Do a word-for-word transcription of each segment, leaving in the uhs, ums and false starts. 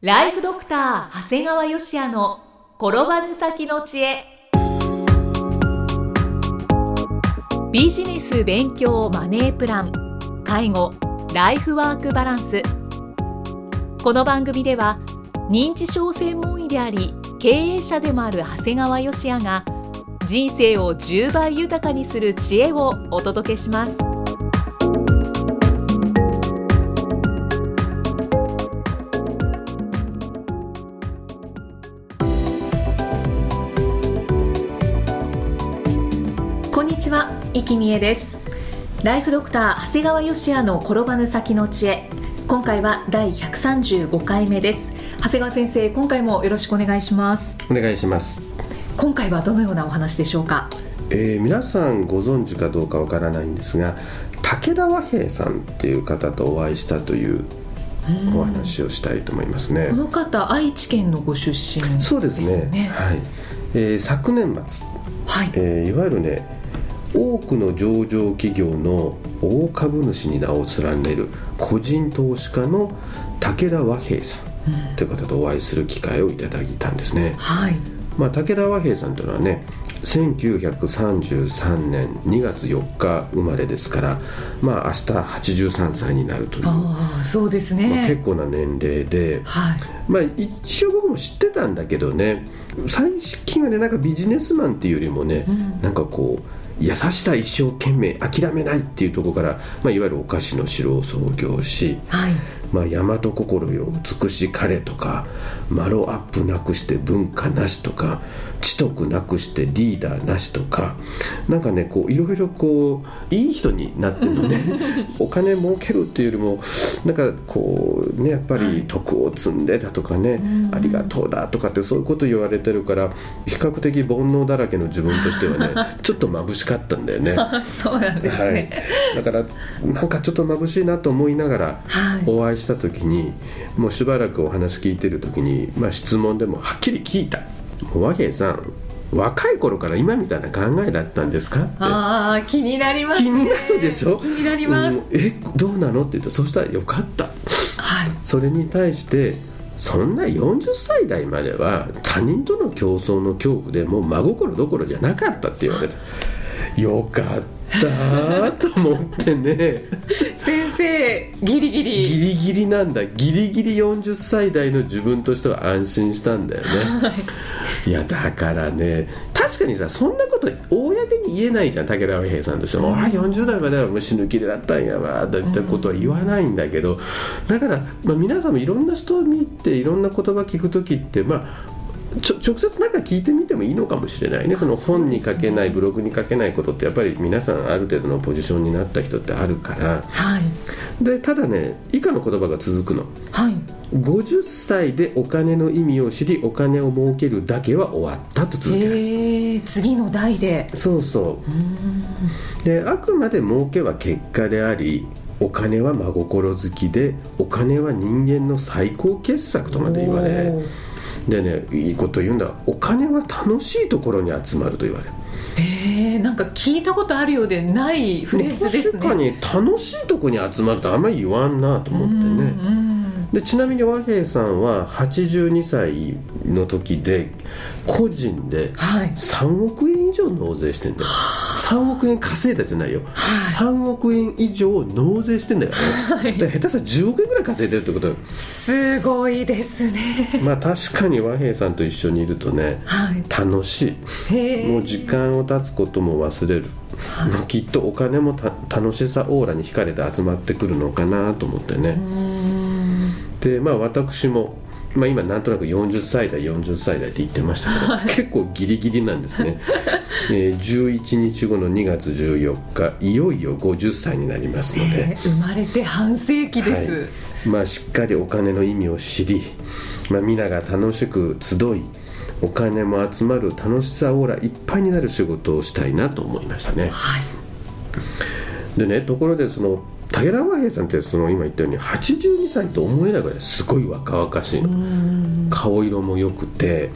ライフドクター長谷川芳也の転ばぬ先の知恵。ビジネス勉強マネープラン、介護、ライフワークバランス。この番組では認知症専門医であり経営者でもある長谷川芳也が人生をじゅうばい豊かにする知恵をお届けします。こんにちは、生きみえです。ライフドクター長谷川芳也の転ばぬ先の知恵。今回はだいひゃくさんじゅうごかいめです。長谷川先生、今回もよろしくお願いします。 お願いします。 今回はどのようなお話でしょうか。 えー、皆さんご存知かどうかわからないんですが、武田和平さんっていう方とお会いしたというお話をしたいと思いますね。 この方、愛知県のご出身ですね。 そうですね、はい。えー、昨年末、 はいえー、いわゆるね、多くの上場企業の大株主に名を連ねる個人投資家の武田和平さんという方とお会いする機会をいただいたんですね。 はい。まあ、 武田和平さんというのはね、せんきゅうひゃくさんじゅうさんねんにがつよっか生まれですから、まあ、明日はちじゅうさんさいになるという、 あ、そうですね、 まあ、結構な年齢で、 はい。 まあ、一応僕も知ってたんだけどね、最近はね、なんかビジネスマンっていうよりもね、うん、なんかこう優しさ一生懸命諦めないっていうところから、まあ、いわゆるお菓子の城を創業し、はい、まあ、大和心よ美しかれとか、マロアップなくして文化なしとか、知徳なくしてリーダーなしとか、なんかね、こういろいろこういい人になってるのねお金儲けるっていうよりも、なんかこうね、やっぱり徳を積んでだとかね、はい、ありがとうだとかってそういうこと言われてるから、比較的煩悩だらけの自分としてはねちょっと眩しかったんだよねそうなんですね、 はい、だからなんかちょっと眩しいなと思いながらお会いした時に、はい、もうしばらくお話聞いてる時に、まあ、質問でもはっきり聞いた。和平さん、若い頃から今みたいな考えだったんですかって。 あー、気になりますね。 気になるでしょ。 気になります、うん、 えどうなのって言ったら、そしたらよかった、はい、それに対してそんなよんじゅっさい代までは他人との競争の恐怖でもう真心どころじゃなかったって言われた。よかったと思ってね先生、ギリギリギリギリなんだ。ギリギリよんじゅっさい代の自分としては安心したんだよね、はい、いやだからね、確かにさ、そんなこと公に言えないじゃん。武田和平さんとしても、うん、あよんじゅう代までは虫抜きでだったんやわといったことは言わないんだけど、だから、まあ、皆さんもいろんな人を見ていろんな言葉聞くときって、まあちょ直接なんか聞いてみてもいいのかもしれないね。その本に書けない、ブログに書けないことってやっぱり皆さんある程度のポジションになった人ってあるから、はい、でただね、以下の言葉が続くの、はい、ごじゅっさいでお金の意味を知りお金を儲けるだけは終わったと続ける。 へー、次の代で。 そうそう。うーんで、あくまで儲けは結果であり、お金は真心好きで、お金は人間の最高傑作とまで言われ、でね、いいこと言うんだ。お金は楽しいところに集まると言われる。 へー、なんか聞いたことあるようでないフレーズですね。 確かに楽しいところに集まるとあんまり言わんなと思ってね。うんうんでちなみに和平さんははちじゅうにさいの時で個人でさんおくえん以上納税してんだよ、はい、さんおくえん稼いだじゃないよ、はい、さんおくえん以上納税してんだよね、はい、で下手したらじゅうおくえんぐらい稼いでるってこと。 すごいですね。 まあ確かに和平さんと一緒にいるとね、はい、楽しい。へもう時間を経つことも忘れる、はい、きっとお金もた楽しさオーラに惹かれて集まってくるのかなと思ってね。でまあ、私も、まあ、今なんとなくよんじゅっさい代よんじゅっさい代って言ってましたけど、はい、結構ギリギリなんですね、えー、じゅういちにちごのにがつじゅうよっかいよいよごじゅっさいになりますので、 えー、生まれて半世紀です、はい、 まあ、しっかりお金の意味を知り、まあ、皆が楽しく集いお金も集まる楽しさオーラいっぱいになる仕事をしたいなと思いましたね、はい、でね、ところでその武田和平さんってその今言ったようにはちじゅうにさいと思えないぐらいすごい若々しいの。顔色も良くて、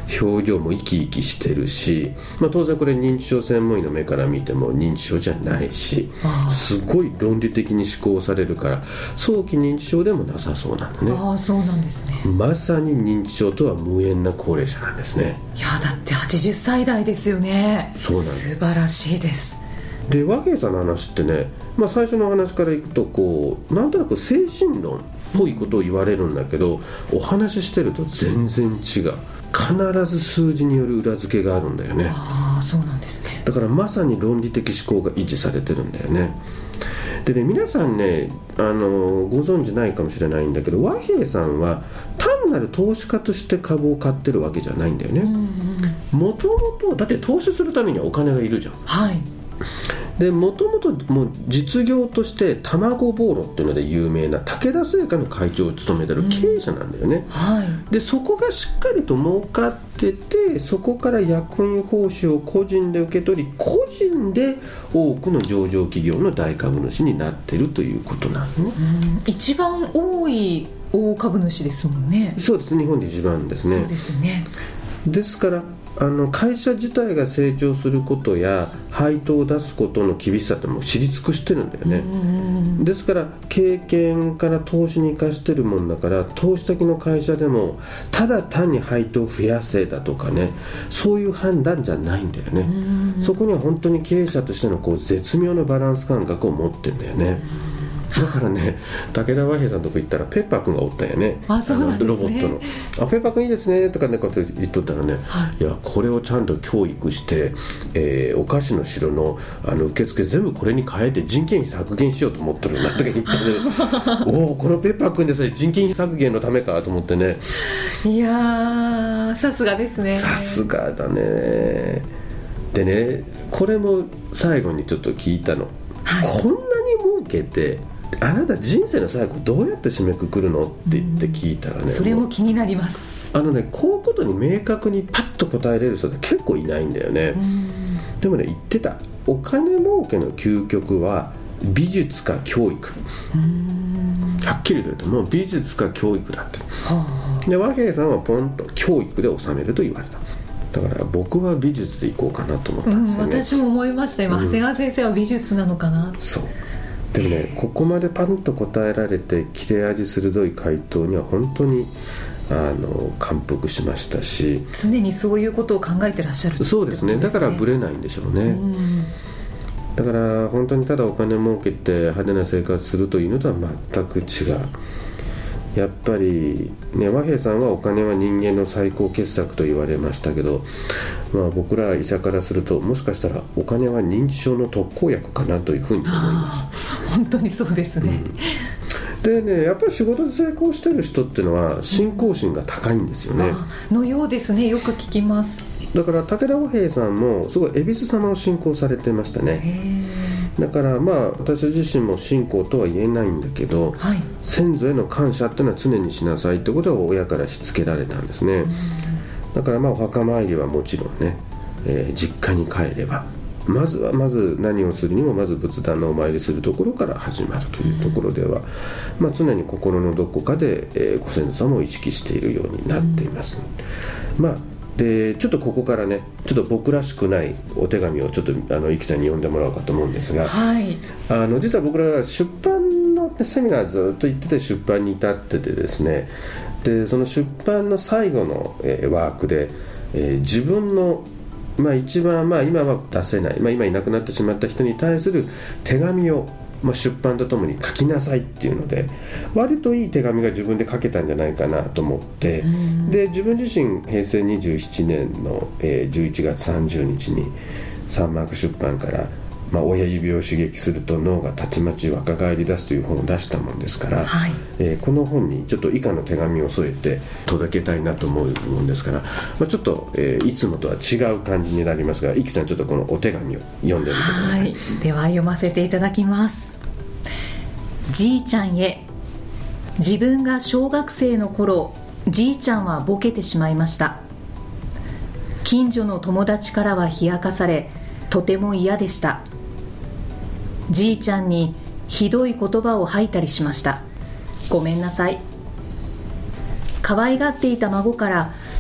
表情も生き生きしてるし、まあ、当然これ認知症専門医の目から見ても認知症じゃないし、すごい論理的に思考されるから早期認知症でもなさそうなのね。 ああ、そうなんですね。 まさに認知症とは無縁な高齢者なんですね。 いやだってはちじゅっさい代ですよね。 そうなんです。 素晴らしいです。 で和平さんの話ってね、まあ、最初の話からいくとこうなんとなく精神論っぽいことを言われるんだけど、お話ししてると全然違う。必ず数字による裏付けがあるんだよね。 ああ、そうなんですね。 だからまさに論理的思考が維持されてるんだよね。でね、皆さんね、あのご存知ないかもしれないんだけど、和平さんは単なる投資家として株を買ってるわけじゃないんだよね。もともとだって投資するためにはお金がいるじゃん。 はい。 でもともともう実業として卵ボーロっていうので有名な武田製菓の会長を務めてる経営者なんだよね、うん、はい、でそこがしっかりと儲かってて、そこから役員報酬を個人で受け取り、個人で多くの上場企業の大株主になってるということなのね、うん、 一番多い大株主ですもんね。 そうです、日本で一番ですね。 そうですよね。 ですからあの会社自体が成長することや配当を出すことの厳しさってもう知り尽くしてるんだよね。ですから経験から投資に生かしてるもんだから、投資先の会社でもただ単に配当を増やせだとかね、そういう判断じゃないんだよね。そこには本当に経営者としてのこう絶妙なバランス感覚を持ってるんだよね。だからね、武田和平さんのとこ行ったらペッパーくんがおったんやね。 あ、そうなんですね。 ロボットのあペッパーくんいいですねとかねこと言っとったらね、はい、いやこれをちゃんと教育して、えー、お菓子の城の、あの受付全部これに変えて人件費削減しようと思ってるなとか言ってねおおこのペッパーくんでさえ人件費削減のためかと思ってね。 いやーさすがですね。 さすがだね。でね、これも最後にちょっと聞いたの、はい、こんなに儲けてあなた人生の最後どうやって締めくくるのって言って聞いたらね、 それも気になります。 あのね、こういうことに明確にパッと答えれる人って結構いないんだよね。でもね、言ってた、お金儲けの究極は美術か教育。はっきりと言うともう美術か教育だって、はあ、で和平さんはポンと教育で収めると言われた。だから僕は美術でいこうかなと思ったんですよね、うん、私も思いました今、うん、長谷川先生は美術なのかな。そうでもね、ここまでパンと答えられて切れ味鋭い回答には本当にあの感服しましたし、 常にそういうことを考えてらっしゃるってことですね。そうですね、 だからブレないんでしょうね。うん、だから本当にただお金儲けて派手な生活するというのとは全く違う。やっぱり、ね、和平さんはお金は人間の最高傑作と言われましたけど、まあ、僕ら医者からするともしかしたらお金は認知症の特効薬かなというふうに思います。 本当にそうですね、 うん、でね、やっぱり仕事で成功してる人っていうのは信仰心が高いんですよね、 うん、のようですね。よく聞きます。 だから武田和平さんもすごい恵比寿様を信仰されてましたね。へだからまあ私自身も信仰とは言えないんだけど、はい、先祖への感謝っていうのは常にしなさいってことを親からしつけられたんですね。うん、だからまあお墓参りはもちろんね、えー、実家に帰ればまずはまず何をするにもまず仏壇のお参りするところから始まるというところでは、うん、まあ、常に心のどこかで、えー、ご先祖様を意識しているようになっています。うん、まあでちょっとここからね、ちょっと僕らしくないお手紙をちょっとあのイキさんに読んでもらおうかと思うんですが、はい、あの実は僕らは出版のセミナーずっと行ってて出版に至っててですね、でその出版の最後の、えー、ワークで、えー、自分のまあ一番、まあ、今は出せない、まあ、今いなくなってしまった人に対する手紙をまあ、出版とともに書きなさいっていうので、割といい手紙が自分で書けたんじゃないかなと思って、で自分自身へいせいにじゅうななねんの、えー、じゅういちがつさんじゅうにちにサンマーク出版から、まあ、親指を刺激すると脳がたちまち若返り出すという本を出したもんですから、はい、えー、この本にちょっと以下の手紙を添えて届けたいなと思うもんですから、まあ、ちょっと、えー、いつもとは違う感じになりますが、イキさんちょっとこのお手紙を読んでみてください。はい、 では読ませていただきます。じいちゃんへ。自分が小学生の頃、じいちゃんはボケてしまいました。近所の友達からは冷やかされ、とても嫌でした。じいちゃんにひどい言葉を吐いたりしました。ごめんなさい。可愛がっていた孫から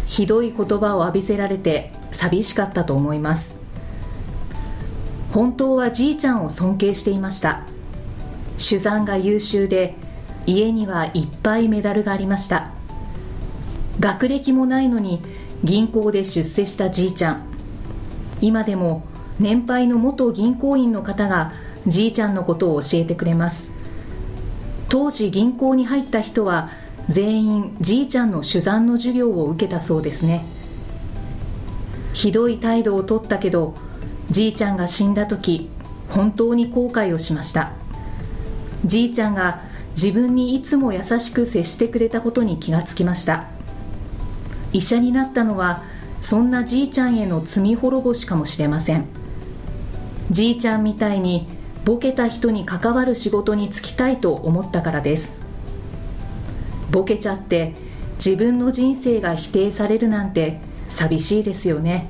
ひどい言葉を浴びせられて寂しかったと思います。本当はじいちゃんを尊敬していました。手算が優秀で、家にはいっぱいメダルがありました。学歴もないのに銀行で出世したじいちゃん。今でも年配の元銀行員の方がじいちゃんのことを教えてくれます。当時銀行に入った人は全員じいちゃんの手算の授業を受けたそうですね。ひどい態度をとったけど、じいちゃんが死んだ時、本当に後悔をしました。じいちゃんが自分にいつも優しく接してくれたことに気がつきました。医者になったのはそんなじいちゃんへの罪滅ぼしかもしれません。じいちゃんみたいにボケた人に関わる仕事に就きたいと思ったからです。ボケちゃって自分の人生が否定されるなんて寂しいですよね。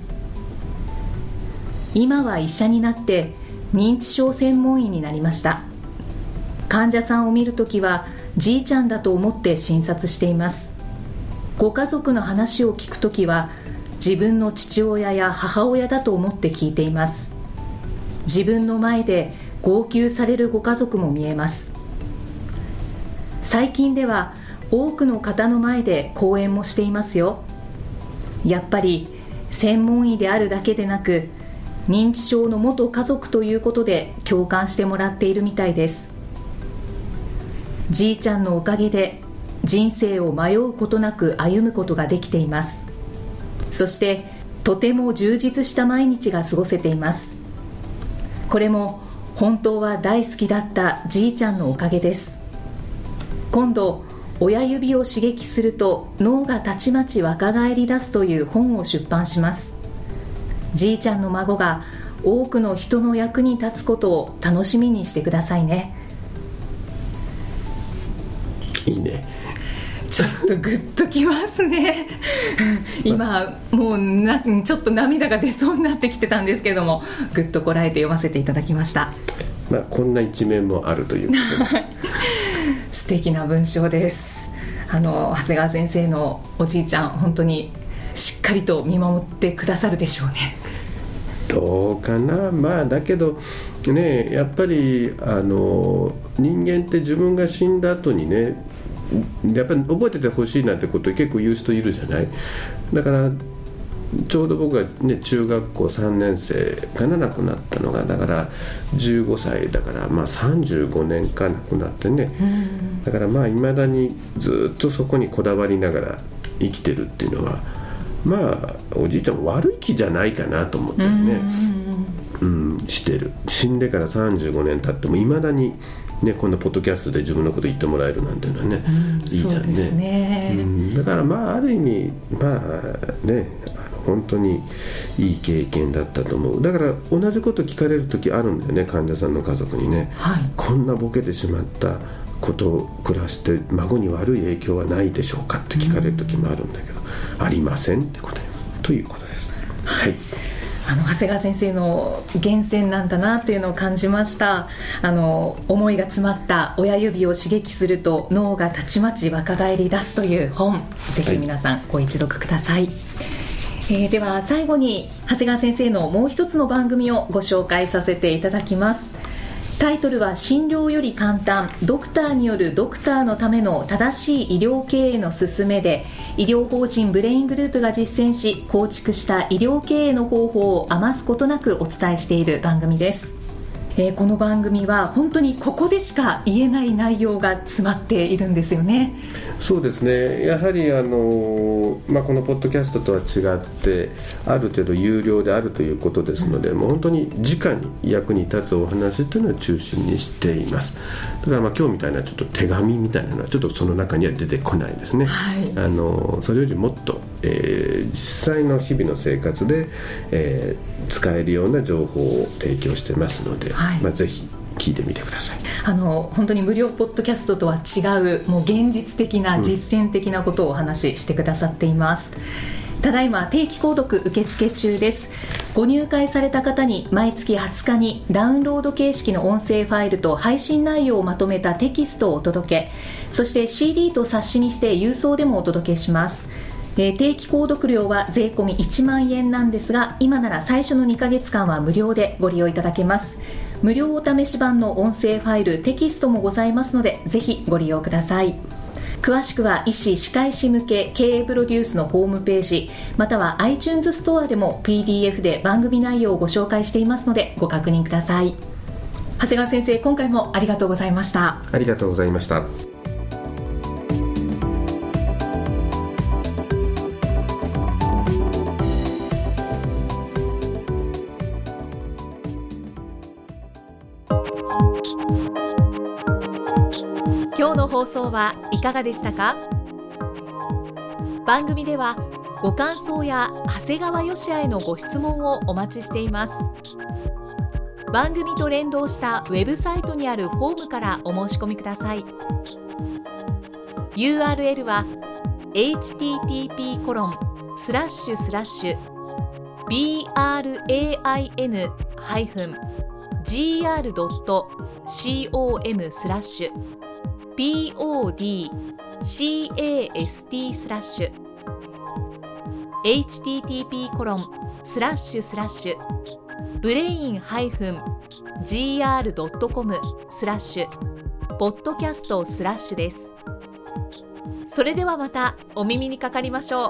今は医者になって認知症専門医になりました。患者さんを見るときはじいちゃんだと思って診察しています。ご家族の話を聞くときは自分の父親や母親だと思って聞いています。自分の前で号泣されるご家族も見えます。最近では多くの方の前で講演もしていますよ。やっぱり専門医であるだけでなく、認知症の元家族ということで共感してもらっているみたいです。じいちゃんのおかげで人生を迷うことなく歩むことができています。そしてとても充実した毎日が過ごせています。これも本当は大好きだったじいちゃんのおかげです。今度親指を刺激すると脳がたちまち若返り出すという本を出版します。じいちゃんの孫が多くの人の役に立つことを楽しみにしてくださいね。 いいね。 ちょっとグッときますね今もうなちょっと涙が出そうになってきてたんですけども、グッとこらえて読ませていただきました。 まあ、こんな一面もあるということで素敵な文章です。あの長谷川先生のおじいちゃん、本当にしっかりと見守ってくださるでしょうね。 どうかな。まあだけどね、やっぱりあの人間って自分が死んだ後にね、やっぱり覚えててほしいなってことを結構言う人いるじゃない。だからちょうど僕が、ね、中学校さんねん生かな亡くなったのが、だからじゅうごさいだから、まあ、さんじゅうごねんか亡くなってね、だからまあ未だにずっとそこにこだわりながら生きてるっていうのは、まあおじいちゃん悪い気じゃないかなと思ってね、うん、してる。死んでからさんじゅうごねん経っても未だにね、こんなポッドキャストで自分のこと言ってもらえるなんていうのはね、うん、いいじゃんね。そうですね、うん、だからまあある意味まあね、本当にいい経験だったと思う。だから同じこと聞かれる時あるんだよね、患者さんの家族にね、はい、こんなボケてしまったことを暮らして孫に悪い影響はないでしょうかって聞かれる時もあるんだけど、うん、ありませんってことということです。はい、 あの長谷川先生の源泉なんだなというのを感じました。あの思いが詰まった親指を刺激すると脳がたちまち若返り出すという本、ぜひ皆さんご一読ください。はい、えー、では最後に長谷川先生のもう一つの番組をご紹介させていただきます。タイトルは診療より簡単、ドクターによるドクターのための正しい医療経営の勧めで、医療法人ブレイングループが実践し構築した医療経営の方法を余すことなくお伝えしている番組です。えー、この番組は本当にここでしか言えない内容が詰まっているんですよね。 そうですね、やはりあの、まあ、このポッドキャストとは違ってある程度有料であるということですので、うん、もう本当に直に役に立つお話というのを中心にしています。だからまあ今日みたいなちょっと手紙みたいなのはちょっとその中には出てこないですね。はい、あのそれよりもっと、えー、実際の日々の生活で、えー、使えるような情報を提供してますので、はい、まあ、ぜひ聞いてみてください。 あの本当に無料ポッドキャストとは違う、もう現実的な実践的なことをお話ししてくださっています。うん、ただいま定期購読受付中です。ご入会された方に毎月はつかにダウンロード形式の音声ファイルと配信内容をまとめたテキストをお届け、そして シーディー と冊子にして郵送でもお届けします。 えー、定期購読料は税込みいちまんえんなんですが、今なら最初のにかげつかんは無料でご利用いただけます。無料お試し版の音声ファイル、テキストもございますので、ぜひご利用ください。詳しくは医師・歯科医師向け経営プロデュースのホームページ、または iTunes ストアでも ピーディーエフ で番組内容をご紹介していますので、ご確認ください。長谷川先生、今回もありがとうございました。 ありがとうございました。 今日の放送はいかがでしたか？番組ではご感想や長谷川よしあへのご質問をお待ちしています。番組と連動したウェブサイトにあるホームからお申し込みください。 ユーアールエル は エイチティーティーピーコロンスラッシュスラッシュビーアールエーアイエヌハイフンジーアールドットコム スラッシュ ピーオーディーシーエーエスティー スラッシュ エイチティーティーピーコロンスラッシュスラッシュブレインハイフンジーアールドットコム スラッシュポッドキャストスラッシュです。それではまたお耳にかかりましょう。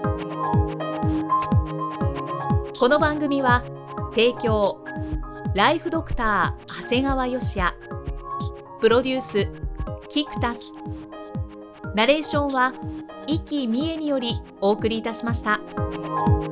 この番組は提供ライフドクター長谷川よしあ、プロデュースキクタス、ナレーションは生きみえによりお送りいたしました。